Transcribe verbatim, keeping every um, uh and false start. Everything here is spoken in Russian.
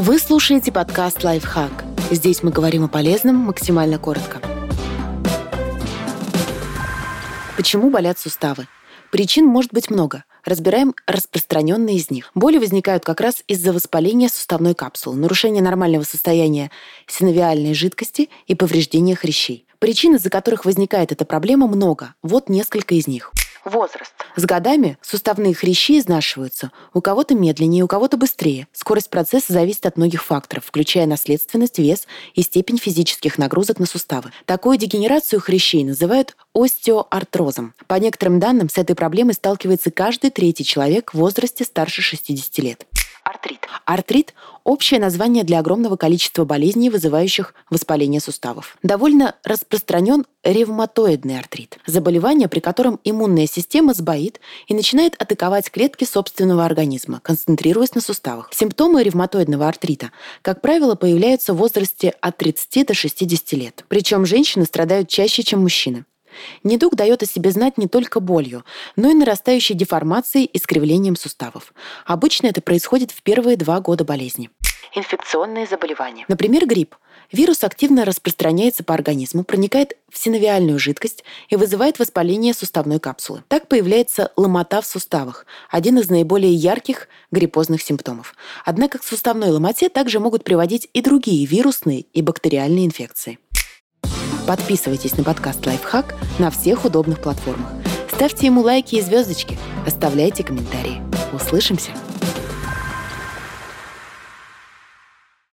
Вы слушаете подкаст «Лайфхак». Здесь мы говорим о полезном максимально коротко. Почему болят суставы? Причин может быть много. Разбираем распространенные из них. Боли возникают как раз из-за воспаления суставной капсулы, нарушения нормального состояния синовиальной жидкости и повреждения хрящей. Причин, из-за которых возникает эта проблема, много. Вот несколько из них. Возраст. С годами суставные хрящи изнашиваются. У кого-то медленнее, у кого-то быстрее. Скорость процесса зависит от многих факторов, включая наследственность, вес и степень физических нагрузок на суставы. Такую дегенерацию хрящей называют остеоартрозом. По некоторым данным, с этой проблемой сталкивается каждый третий человек в возрасте старше шестидесяти лет. Артрит. Артрит – общее название для огромного количества болезней, вызывающих воспаление суставов. Довольно распространен ревматоидный артрит – заболевание, при котором иммунная система сбоит и начинает атаковать клетки собственного организма, концентрируясь на суставах. Симптомы ревматоидного артрита, как правило, появляются в возрасте от тридцати до шестидесяти лет. Причем женщины страдают чаще, чем мужчины. Недуг дает о себе знать не только болью, но и нарастающей деформацией и искривлением суставов. Обычно это происходит в первые два года болезни. Инфекционные заболевания. Например, грипп. Вирус активно распространяется по организму, проникает в синовиальную жидкость и вызывает воспаление суставной капсулы. Так появляется ломота в суставах, один из наиболее ярких гриппозных симптомов. Однако к суставной ломоте также могут приводить и другие вирусные и бактериальные инфекции. Подписывайтесь на подкаст «Лайфхак» на всех удобных платформах. Ставьте ему лайки и звездочки. Оставляйте комментарии. Услышимся!